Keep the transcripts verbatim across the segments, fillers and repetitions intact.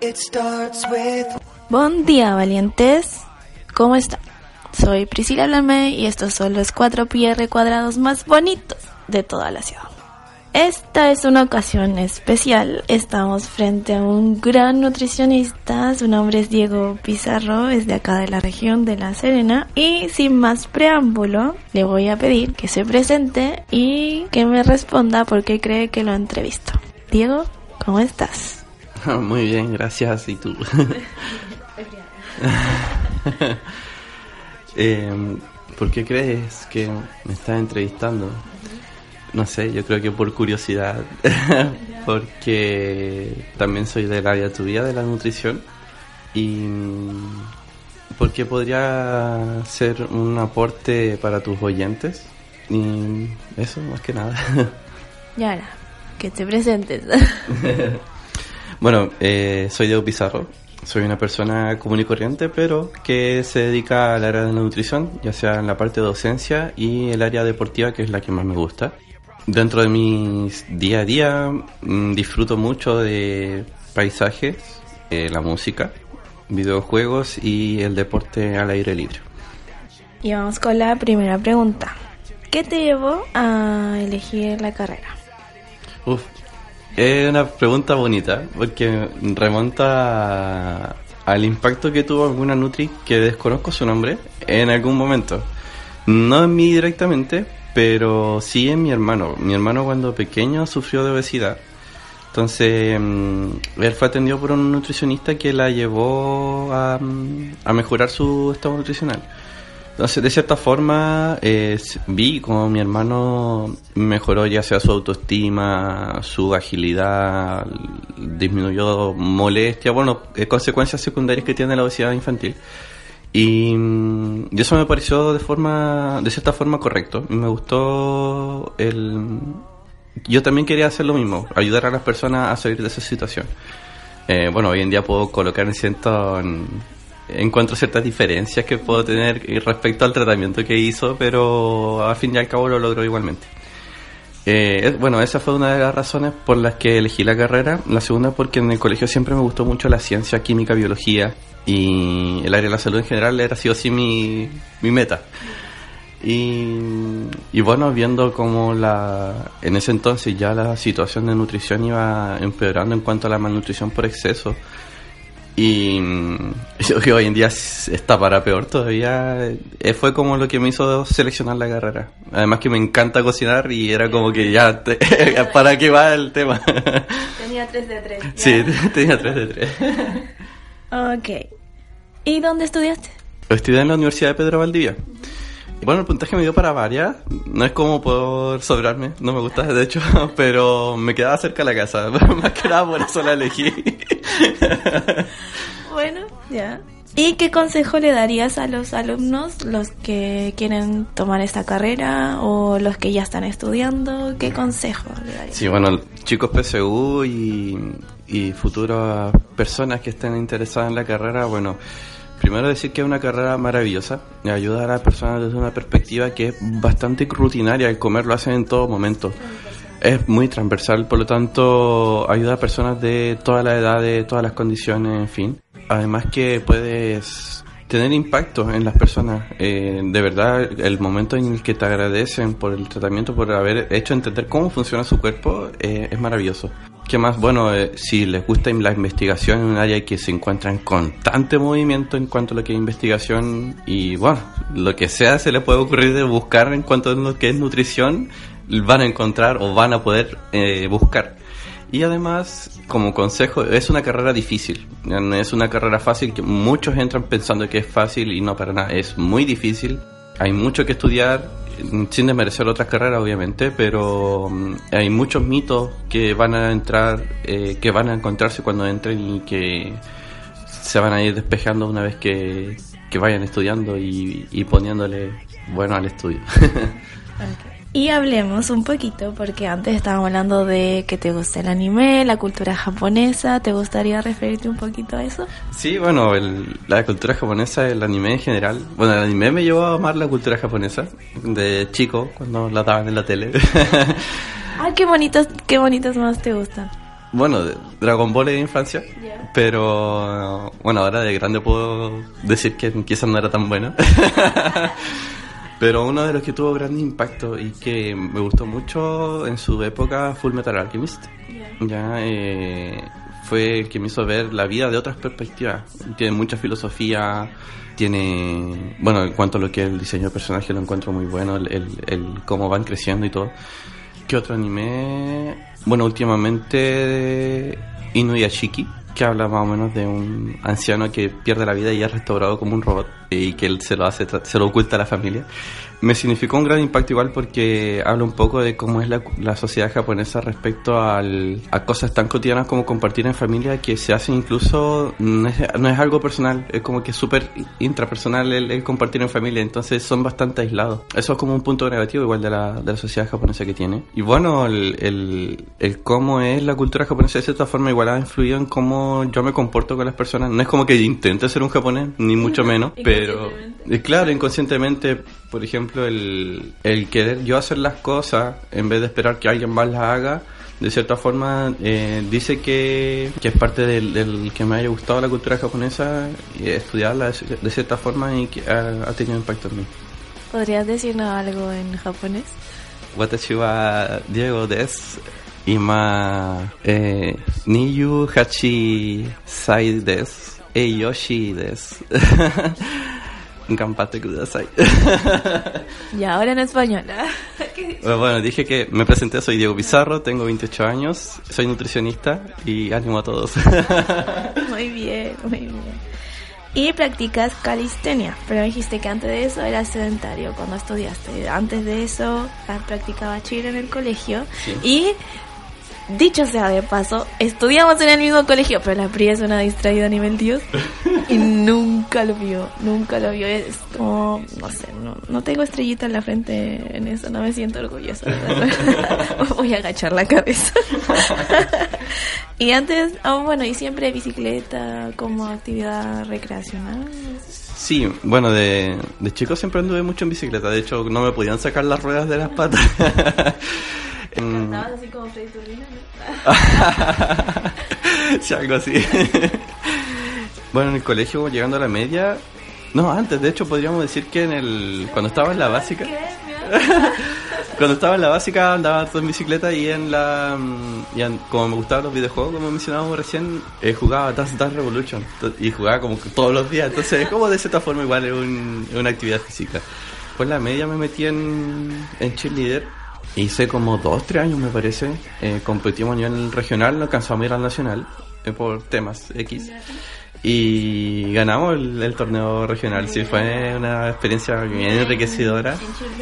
Buen día, valientes. ¿Cómo están? Soy Priscila Blamé y estos son los cuatro P R cuadrados más bonitos de toda la ciudad. Esta es una ocasión especial. Estamos frente a un gran nutricionista. Su nombre es Diego Pizarro, es de acá de la región de La Serena. Y sin más preámbulo, le voy a pedir que se presente y que me responda por qué cree que lo entrevisto. Diego, ¿cómo estás? Muy bien, gracias. ¿Y tú? eh, ¿Por qué crees que me estás entrevistando? No sé, yo creo que por curiosidad, porque también soy del área tuya de la nutrición y porque podría ser un aporte para tus oyentes y eso más que nada. Y ahora, que te presentes. Bueno, eh, soy Diego Pizarro, soy una persona común y corriente, pero que se dedica al área de la nutrición, ya sea en la parte de docencia y el área deportiva, que es la que más me gusta. Dentro de mi día a día mmm, disfruto mucho de paisajes, eh, la música, videojuegos y el deporte al aire libre. Y vamos con la primera pregunta. ¿Qué te llevó a elegir la carrera? Uf, es una pregunta bonita porque remonta a, al impacto que tuvo alguna nutri que desconozco su nombre en algún momento. No en mí directamente, pero sí en mi hermano. Mi hermano cuando pequeño sufrió de obesidad. Entonces, um, él fue atendido por un nutricionista que la llevó a, a mejorar su estado nutricional. Entonces, de cierta forma, eh, vi como mi hermano mejoró ya sea su autoestima, su agilidad, disminuyó molestia, bueno, eh, consecuencias secundarias que tiene la obesidad infantil. Y, y eso me pareció de forma, de cierta forma correcto. Me gustó el... Yo también quería hacer lo mismo, ayudar a las personas a salir de esa situación. Eh, bueno, hoy en día puedo colocar en cierto... En, encuentro ciertas diferencias que puedo tener respecto al tratamiento que hizo, pero al fin y al cabo lo logró igualmente. Eh, bueno, esa fue una de las razones por las que elegí la carrera. La segunda porque en el colegio siempre me gustó mucho la ciencia, química, biología y el área de la salud en general era sido así mi, mi meta. Y, y bueno, viendo cómo la, en ese entonces ya la situación de nutrición iba empeorando en cuanto a la malnutrición por exceso, y yo que hoy en día está para peor todavía, eh, fue como lo que me hizo seleccionar la carrera. Además que me encanta cocinar y era como que ya te, para qué va el tema. Tenía tres de tres. Sí, tenía tres de tres. Ok. ¿Y dónde estudiaste? Estudié en la Universidad de Pedro Valdivia. Bueno, el puntaje me dio para varias. No es como por sobrarme, no me gusta de hecho, pero me quedaba cerca de la casa. Más que nada por eso la elegí. Bueno, ya. ¿Y qué consejo le darías a los alumnos, los que quieren tomar esta carrera o los que ya están estudiando? ¿Qué consejo le darías? Sí, bueno, chicos P S U y, y futuras personas que estén interesadas en la carrera, bueno... Primero decir que es una carrera maravillosa y ayuda a las personas desde una perspectiva que es bastante rutinaria. El comer lo hacen en todo momento. Es muy transversal, por lo tanto ayuda a personas de todas las edades, todas las condiciones, en fin. Además que puedes tener impacto en las personas. Eh, de verdad, el momento en el que te agradecen por el tratamiento, por haber hecho entender cómo funciona su cuerpo, eh, es maravilloso. ¿Qué más? Bueno, eh, si les gusta la investigación en un área que se encuentra en constante movimiento en cuanto a lo que es investigación y bueno, lo que sea se les puede ocurrir de buscar en cuanto a lo que es nutrición, van a encontrar o van a poder eh, buscar. Y además, como consejo, es una carrera difícil, no es una carrera fácil, que muchos entran pensando que es fácil y no para nada, es muy difícil, hay mucho que estudiar, sin desmerecer otras carreras obviamente, pero um, hay muchos mitos que van a entrar, eh, que van a encontrarse cuando entren y que se van a ir despejando una vez que, que vayan estudiando y, y poniéndole bueno al estudio. Okay. Y hablemos un poquito, porque antes estábamos hablando de que te gusta el anime, la cultura japonesa. ¿Te gustaría referirte un poquito a eso? Sí, bueno, el, la cultura japonesa, el anime en general. Bueno, el anime me llevó a amar la cultura japonesa de chico, cuando la daban en la tele. Ah, qué bonitas, qué bonitas más te gustan. Bueno, de Dragon Ball de infancia, Yeah. pero bueno, ahora de grande puedo decir que quizás no era tan bueno. Pero uno de los que tuvo gran impacto y que me gustó mucho en su época, Full Metal Alchemist, Yeah. ya eh, fue el que me hizo ver la vida de otras perspectivas. Tiene mucha filosofía, tiene, bueno, en cuanto a lo que es el diseño de personaje lo encuentro muy bueno, el, el, el cómo van creciendo y todo. ¿Qué otro anime? Bueno, últimamente Inuyashiki, que habla más o menos de un anciano que pierde la vida y es restaurado como un robot y que él se lo hace, se lo oculta a la familia. Me significó un gran impacto igual porque habla un poco de cómo es la, la sociedad japonesa respecto al, a cosas tan cotidianas como compartir en familia, que se hacen incluso, no es, no es algo personal, es como que es súper intrapersonal el, el compartir en familia, entonces son bastante aislados. Eso es como un punto negativo igual de la, de la sociedad japonesa que tiene. Y bueno, el, el, el cómo es la cultura japonesa de cierta forma igual ha influido en cómo yo me comporto con las personas. No es como que intente ser un japonés, ni mucho menos, pero eh, claro, inconscientemente, por ejemplo, el, el querer yo hacer las cosas en vez de esperar que alguien más las haga, de cierta forma eh, dice que, que es parte del, del que me haya gustado la cultura japonesa y estudiarla de, de cierta forma y que ha, ha tenido impacto en mí. ¿Podrías decirnos algo en japonés? Watashi wa Diego desu. Ima eh, Niyu Hachi Sai desu. Eiyoshi desu. Ganbatte kudasai. Y ahora en español. Bueno, dije que me presenté, soy Diego Pizarro, tengo veintiocho años, soy nutricionista y ánimo a todos. Muy bien, muy bien. Y practicas calistenia, pero dijiste que antes de eso eras sedentario cuando estudiaste. Antes de eso practicaba cheer en el colegio. Sí. Y dicho sea de paso, estudiamos en el mismo colegio, pero la Pri es una distraída a nivel Dios y nunca lo vio, nunca lo vio. Es como, no sé, no, no tengo estrellita en la frente en eso, no me siento orgullosa. Voy a agachar la cabeza. Y antes, oh, bueno, y siempre bicicleta como actividad recreacional. Sí, bueno, de, de chico siempre anduve mucho en bicicleta, de hecho no me podían sacar las ruedas de las patas. Cantabas así como Freddy Turbina, ¿no? Sí, algo así. Bueno, en el colegio, llegando a la media... No, antes, de hecho, podríamos decir que en el cuando estaba en la básica... Cuando estaba en la básica andaba todo en bicicleta y en la... Y en, como me gustaban los videojuegos, como mencionábamos recién, eh, jugaba Dance Dance Revolution. Y jugaba como todos los días. Entonces, como de cierta forma igual es un, una actividad física. Pues en la media me metí en, en cheerleader. Hice como dos, tres años me parece. Eh, competimos a nivel regional, no alcanzamos a ir al nacional eh, por temas X. Y ganamos el, el torneo regional. Sí, fue una experiencia bien enriquecedora.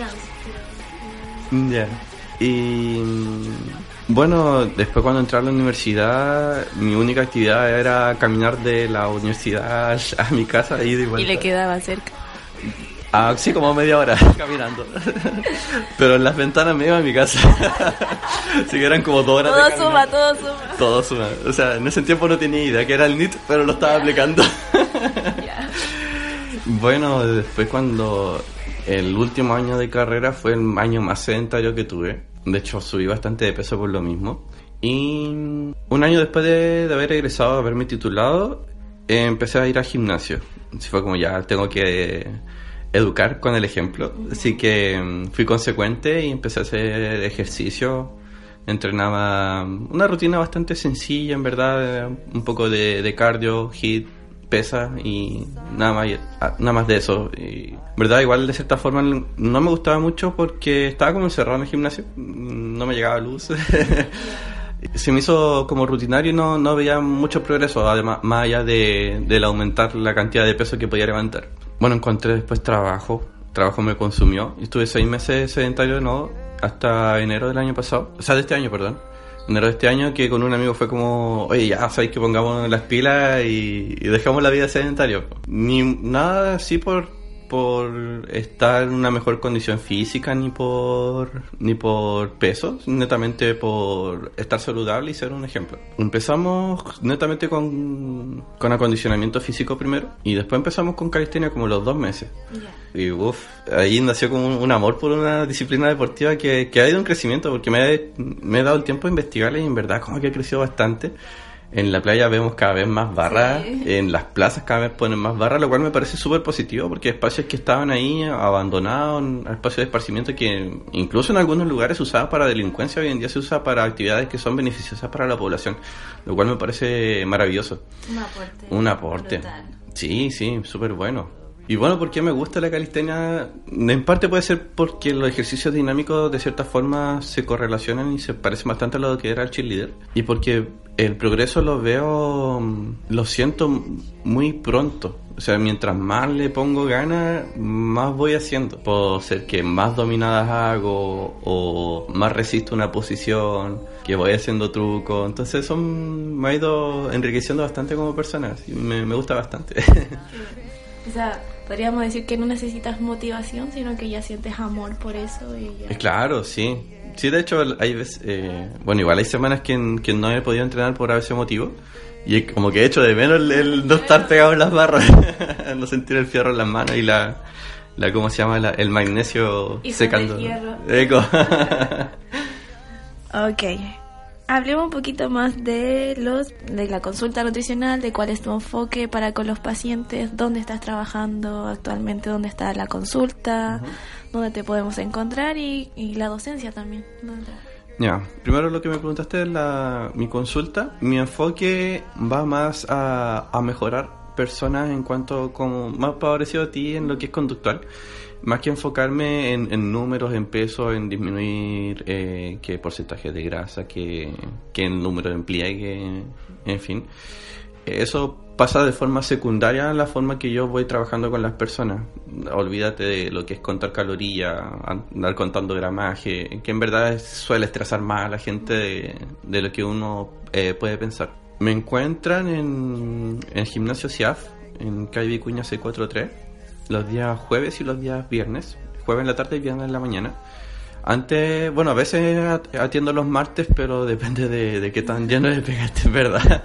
Ya. Yeah. Y bueno, después cuando entré a la universidad, mi única actividad era caminar de la universidad a mi casa y de vuelta. Y le quedaba cerca. Ah, sí, como media hora caminando. Pero en las ventanas me iba a mi casa. Así que eran como dos horas todo de caminar. suma, todo suma. Todo suma. O sea, en ese tiempo no tenía idea que era el N I T, pero lo estaba aplicando. Yeah. Bueno, después cuando el último año de carrera fue el año más sedentario que tuve. De hecho, subí bastante de peso por lo mismo. Y un año después de, de haber egresado, de haberme titulado, eh, empecé a ir al gimnasio. Así fue como ya tengo que educar con el ejemplo. Así que um, fui consecuente y empecé a hacer ejercicio. Entrenaba una rutina bastante sencilla, en verdad, un poco de, de cardio, hit, pesa y nada más, nada más de eso. Y, en verdad, igual de cierta forma no me gustaba mucho porque estaba como encerrado en el gimnasio, no me llegaba luz. Se me hizo como rutinario y no, no veía mucho progreso, además, más allá de, de aumentar la cantidad de peso que podía levantar. Bueno, encontré después trabajo, trabajo me consumió y estuve seis meses sedentario de nuevo hasta enero del año pasado, o sea, de este año, perdón. Enero de este año, que con un amigo fue como, oye, ya sabéis que pongamos las pilas y, y dejamos la vida sedentaria. Ni nada así por por estar en una mejor condición física ni por ni por peso, netamente por estar saludable y ser un ejemplo. Empezamos netamente con, con acondicionamiento físico primero y después empezamos con calistenia como los dos meses. Yeah. Y uff, ahí nació como un, un amor por una disciplina deportiva que, que ha ido en crecimiento, porque me he, me he dado el tiempo de investigarla y en verdad como que ha crecido bastante. En la playa vemos cada vez más barras, sí. En las plazas cada vez ponen más barras, lo cual me parece súper positivo porque espacios que estaban ahí abandonados, espacios de esparcimiento que incluso en algunos lugares se usaban para delincuencia, hoy en día se usa para actividades que son beneficiosas para la población, lo cual me parece maravilloso. Un aporte. Un aporte. Brutal. Sí, sí, súper bueno. Y bueno, ¿por qué me gusta la calistenia? En parte puede ser porque los ejercicios dinámicos de cierta forma se correlacionan y se parecen bastante a lo que era el cheerleader. Y porque el progreso lo veo, lo siento muy pronto. O sea, mientras más le pongo ganas, más voy haciendo. Puedo ser que más dominadas hago o más resisto una posición, que voy haciendo trucos. Entonces son, me ha ido enriqueciendo bastante como persona y me, me gusta bastante. O sea, podríamos decir que no necesitas motivación, sino que ya sientes amor por eso y ya. Claro, sí. Sí, de hecho, hay veces, eh, bueno, igual hay semanas que, que no he podido entrenar por ese motivo. Y como que he hecho de menos el, el no estar pegado en las barras, no sentir el fierro en las manos y la, la ¿cómo se llama? La, el magnesio y secando. El hierro. Eco. Ok. Hablemos un poquito más de los de la consulta nutricional, de cuál es tu enfoque para con los pacientes, dónde estás trabajando actualmente, dónde está la consulta, uh-huh. dónde te podemos encontrar y, y la docencia también. Ya, yeah. Primero lo que me preguntaste es la, mi consulta. Mi enfoque va más a, a mejorar personas en cuanto como más parecido a ti en lo que es conductual. Más que enfocarme en, en números, en peso, en disminuir eh, qué porcentaje de grasa, qué, qué número de empliegue, en fin. Eso pasa de forma secundaria a la forma que yo voy trabajando con las personas. Olvídate de lo que es contar calorías, andar contando gramaje, que en verdad suele estresar más a la gente de, de lo que uno eh, puede pensar. Me encuentran en el gimnasio C I A F, en calle Vicuña seiscientos cuarenta y tres. Los días jueves y los días viernes, jueves en la tarde y viernes en la mañana. Antes, bueno, a veces atiendo los martes, pero depende de, de qué tan lleno de pegaste, ¿verdad?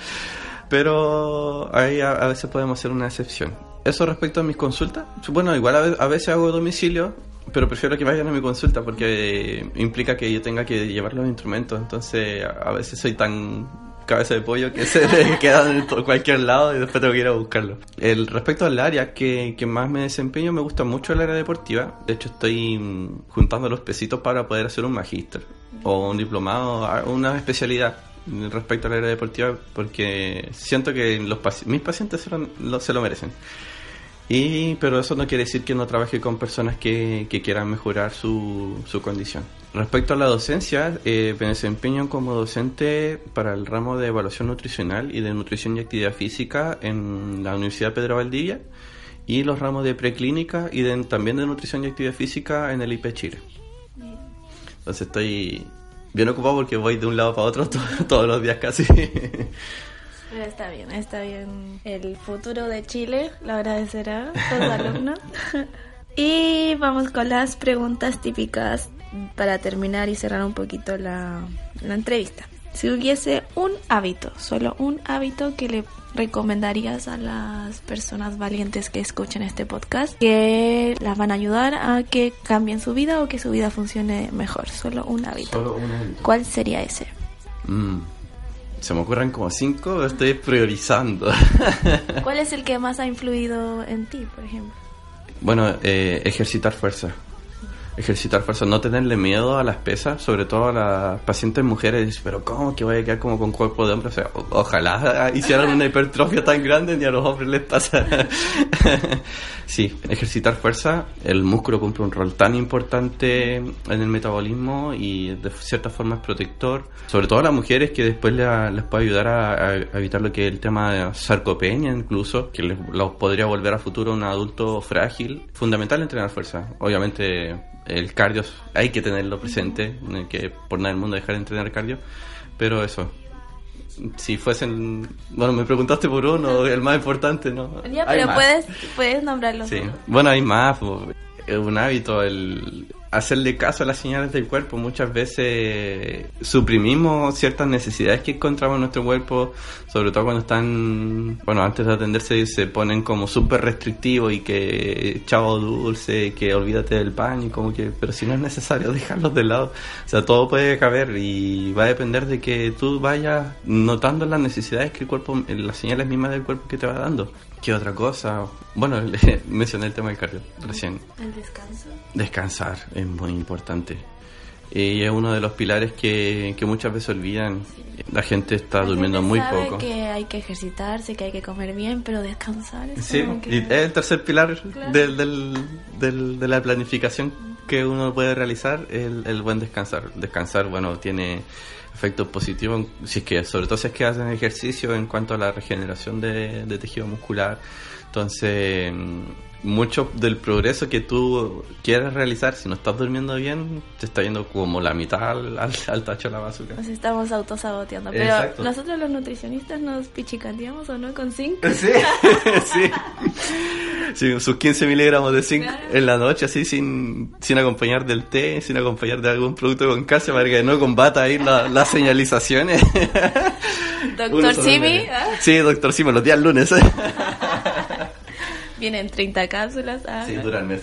Pero ahí a, a veces podemos hacer una excepción. Eso respecto a mis consultas. Bueno, igual a, a veces hago domicilio, pero prefiero que vayan a mi consulta porque implica que yo tenga que llevar los instrumentos. Entonces, a, a veces soy tan cabeza de pollo que se me quedan en cualquier lado y después tengo que ir a buscarlo. El respecto al área que, que más me desempeño, me gusta mucho el área deportiva. De hecho, estoy juntando los pesitos para poder hacer un magíster o un diplomado, una especialidad respecto al área deportiva, porque siento que los paci- mis pacientes se lo, lo, se lo merecen. Y, pero eso no quiere decir que no trabaje con personas que, que quieran mejorar su, su condición. Respecto a la docencia, eh, me desempeño como docente para el ramo de evaluación nutricional y de nutrición y actividad física en la Universidad Pedro Valdivia y los ramos de preclínica y de, también de nutrición y actividad física en el I P Chile. Entonces estoy bien ocupado porque voy de un lado para otro to- todos los días casi. Pero está bien, está bien. El futuro de Chile lo agradecerá a los alumnos. Y vamos con las preguntas típicas para terminar y cerrar un poquito la, la entrevista. Si hubiese un hábito, solo un hábito que le recomendarías a las personas valientes que escuchen este podcast, que las van a ayudar a que cambien su vida o que su vida funcione mejor, solo un hábito. Solo un hábito. ¿Cuál sería ese? Mm. Se me ocurren como cinco, estoy priorizando. ¿Cuál es el que más ha influido en ti, por ejemplo? Bueno, eh, ejercitar fuerza. Ejercitar fuerza, no tenerle miedo a las pesas, sobre todo a las pacientes mujeres. Pero ¿cómo que voy a quedar como con cuerpo de hombre? O sea, o- ojalá hicieran una hipertrofia tan grande, ni a los hombres les pasa. Sí, ejercitar fuerza. El músculo cumple un rol tan importante en el metabolismo y de cierta forma es protector. Sobre todo a las mujeres, que después le- les puede ayudar a, a evitar lo que es el tema de sarcopenia, incluso, que les, los podría volver a futuro un adulto frágil. Fundamental entrenar fuerza. Obviamente el cardio hay que tenerlo presente, no hay que por nada del mundo dejar de entrenar cardio, pero eso, si fuesen... Bueno, me preguntaste por uno, el más importante, ¿no? Ya, pero puedes, puedes nombrarlos. Sí. Bueno, hay más. Es un hábito el hacerle caso a las señales del cuerpo. Muchas veces suprimimos ciertas necesidades que encontramos en nuestro cuerpo, sobre todo cuando están, bueno, antes de atenderse se ponen como súper restrictivos y que chavo dulce, que olvídate del pan y como que, pero si no es necesario dejarlos de lado. O sea, todo puede caber y va a depender de que tú vayas notando las necesidades que el cuerpo, las señales mismas del cuerpo que te va dando. ¿Qué otra cosa? Bueno, mencioné el tema del cardio recién. ¿El descanso? Descansar es muy importante. Y es uno de los pilares que, que muchas veces olvidan. Sí. La gente está la durmiendo gente muy sabe poco. Que hay que ejercitarse, que hay que comer bien, pero descansar es sí, como que... y es el tercer pilar claro. del, del, del, de la planificación que uno puede realizar, el, el buen descansar. Descansar, bueno, tiene efectos positivos, si es que, sobre todo si es que hacen ejercicio en cuanto a la regeneración de, de tejido muscular. Entonces, mucho del progreso que tú quieres realizar, si no estás durmiendo bien, te está yendo como la mitad al, al, al tacho de la basura. Nos estamos autosaboteando. Pero exacto. Nosotros los nutricionistas nos pichicateamos, ¿o no? Con zinc. Sí, sí. Sí, sus quince miligramos de zinc claro. en la noche, así sin, sin acompañar del té, sin acompañar de algún producto con calcio para que no combata ahí la, las señalizaciones. Doctor Simi. Sí, doctor Simi, los días lunes. Vienen treinta cápsulas. Ah, sí, dura el mes.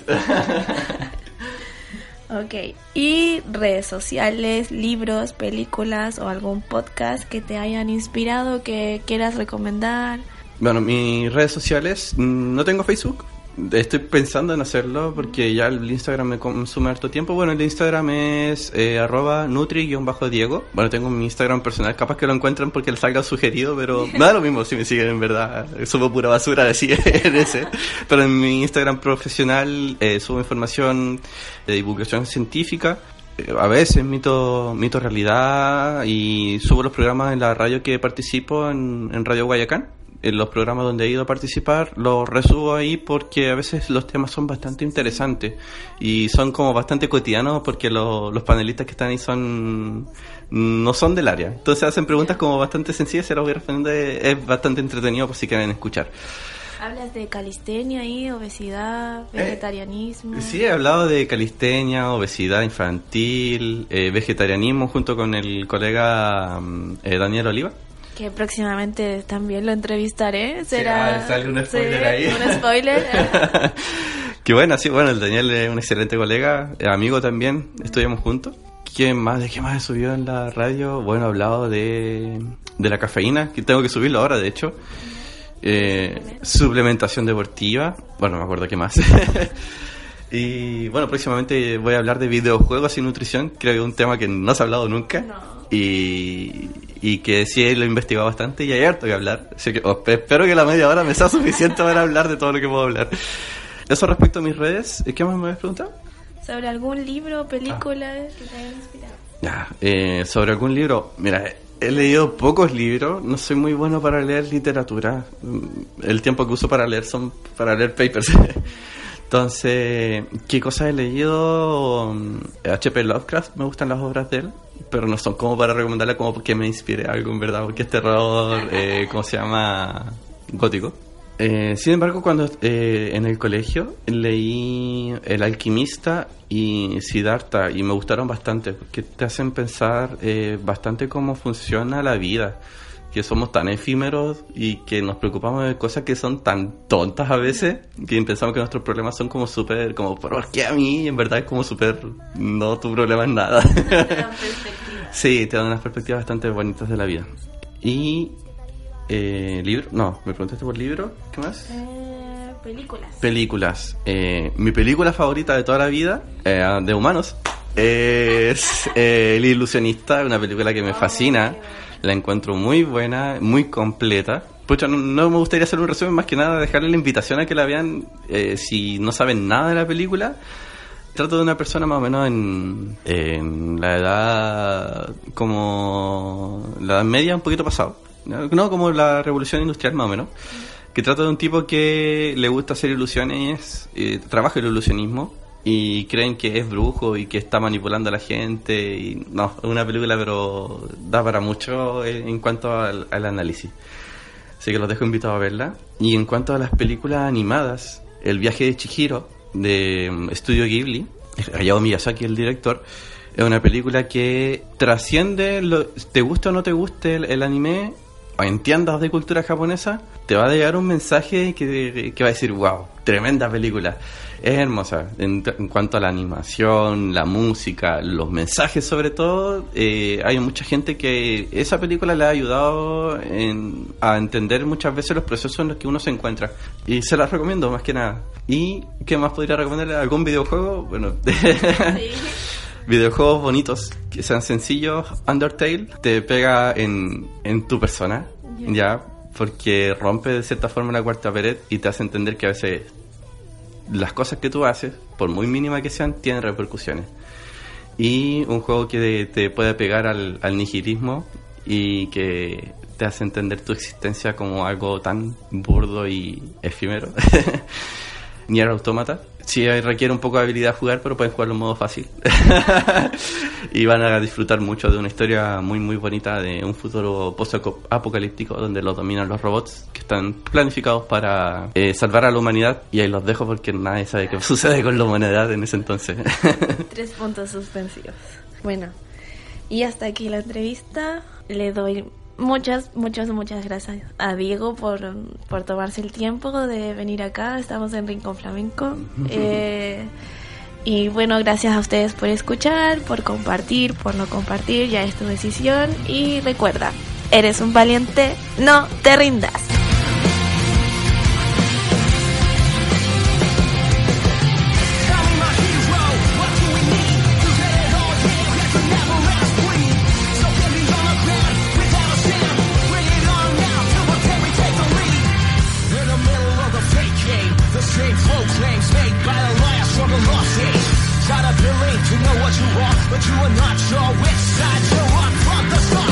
Ok. ¿Y redes sociales, libros, películas o algún podcast que te hayan inspirado, que quieras recomendar? Bueno, mis redes sociales, no tengo Facebook. Estoy pensando en hacerlo porque ya el Instagram me consume harto tiempo. Bueno, el Instagram es eh, arroba nutri-diego. Bueno, tengo mi Instagram personal, capaz que lo encuentran porque le salga sugerido, pero me da lo mismo si me siguen en verdad. Subo pura basura de en ese. Pero en mi Instagram profesional eh, subo información de divulgación científica. Eh, a veces mito, mito realidad y subo los programas en la radio que participo en, en Radio Guayacán. En los programas donde he ido a participar, los resubo ahí porque a veces los temas son bastante interesantes y son como bastante cotidianos porque lo, los panelistas que están ahí son no son del área. Entonces hacen preguntas como bastante sencillas, se las voy respondiendo, es bastante entretenido por si quieren escuchar. ¿Hablas de calistenia ahí, obesidad, vegetarianismo? Eh, sí, he hablado de calistenia, obesidad infantil, eh, vegetarianismo junto con el colega eh, Daniel Oliva. Que próximamente también lo entrevistaré. ¿Será? Sí, sale un spoiler ¿sí? ahí. Un spoiler. Que bueno, sí, bueno, el Daniel es un excelente colega, amigo también, estudiamos juntos. ¿Quién más? ¿De qué más he subido en la radio? Bueno, he hablado de, de la cafeína, que tengo que subirlo ahora, de hecho. Eh, suplementación deportiva. Bueno, no me acuerdo qué más. Y bueno, próximamente voy a hablar de videojuegos y nutrición. Creo que es un tema que no se ha hablado nunca. No. Y, y que sí lo he investigado bastante y hay harto que hablar. Así que oh, espero que la media hora me sea suficiente para hablar de todo lo que puedo hablar. Eso respecto a mis redes. ¿Qué más me habías preguntado? ¿Sobre algún libro o película ah. que te haya inspirado? Ya, eh, sobre algún libro. Mira, he leído pocos libros. No soy muy bueno para leer literatura. El tiempo que uso para leer son para leer papers. Entonces, ¿qué cosas he leído? H P Lovecraft, me gustan las obras de él, pero no son como para recomendarle como que me inspire algo en verdad, porque es terror, eh, ¿cómo se llama? Gótico. Eh, sin embargo, cuando eh, en el colegio leí El Alquimista y Siddhartha y me gustaron bastante, porque te hacen pensar eh, bastante cómo funciona la vida, que somos tan efímeros y que nos preocupamos de cosas que son tan tontas a veces, que pensamos que nuestros problemas son como súper, como, ¿por qué a mí? Y en verdad es como súper, no, tu problema es nada. Sí, te dan unas perspectivas bastante bonitas de la vida. Y, eh, libro, no, me preguntaste por libro, ¿qué más? Eh, películas. Películas. Eh, mi película favorita de toda la vida, eh, de humanos, es eh, El Ilusionista, una película que me fascina. La encuentro muy buena, muy completa. Pucha, no, no me gustaría hacer un resumen, más que nada dejarle la invitación a que la vean eh, si no saben nada de la película. Trato de una persona más o menos en, en la edad como la edad media, un poquito pasado, no, como la revolución industrial más o menos, que trata de un tipo que le gusta hacer ilusiones, eh, trabaja el ilusionismo y creen que es brujo y que está manipulando a la gente. Y no, es una película, pero da para mucho en cuanto al, al análisis. Así que los dejo invitados a verla. Y en cuanto a las películas animadas, El viaje de Chihiro, de Estudio Ghibli, Hayao Miyazaki el director, es una película que trasciende, lo, te guste o no te guste el, el anime, o entiendas de cultura japonesa, te va a llegar un mensaje que, que va a decir, wow, tremenda película. Es hermosa en, en cuanto a la animación, la música, los mensajes sobre todo. Eh, hay mucha gente que esa película le ha ayudado en, a entender muchas veces los procesos en los que uno se encuentra. Y se las recomiendo más que nada. ¿Y qué más podría recomendarle? ¿Algún videojuego? Bueno, sí. Videojuegos bonitos, que sean sencillos. Undertale te pega en, en tu persona, yeah. ya, porque rompe de cierta forma la cuarta pared y te hace entender que a veces las cosas que tú haces, por muy mínimas que sean, tienen repercusiones. Y un juego que te puede pegar al, al nihilismo y que te hace entender tu existencia como algo tan burdo y efímero. Nier Automata. Sí, requiere un poco de habilidad jugar, pero pueden jugarlo en modo fácil. Y van a disfrutar mucho de una historia muy muy bonita de un futuro post-apocalíptico donde lo dominan los robots que están planificados para eh, salvar a la humanidad. Y ahí los dejo porque nadie sabe qué sucede con la humanidad en ese entonces. Tres puntos suspensivos. Bueno, y hasta aquí la entrevista. Le doy muchas, muchas, muchas gracias a Diego por, por tomarse el tiempo de venir acá. Estamos en Rincón Flamenco. Eh, y bueno, gracias a ustedes por escuchar, por compartir, por no compartir. Ya es tu decisión. Y recuerda, eres un valiente, no te rindas. Gotta believe to know what you want, but you are not sure which side you're on from the start.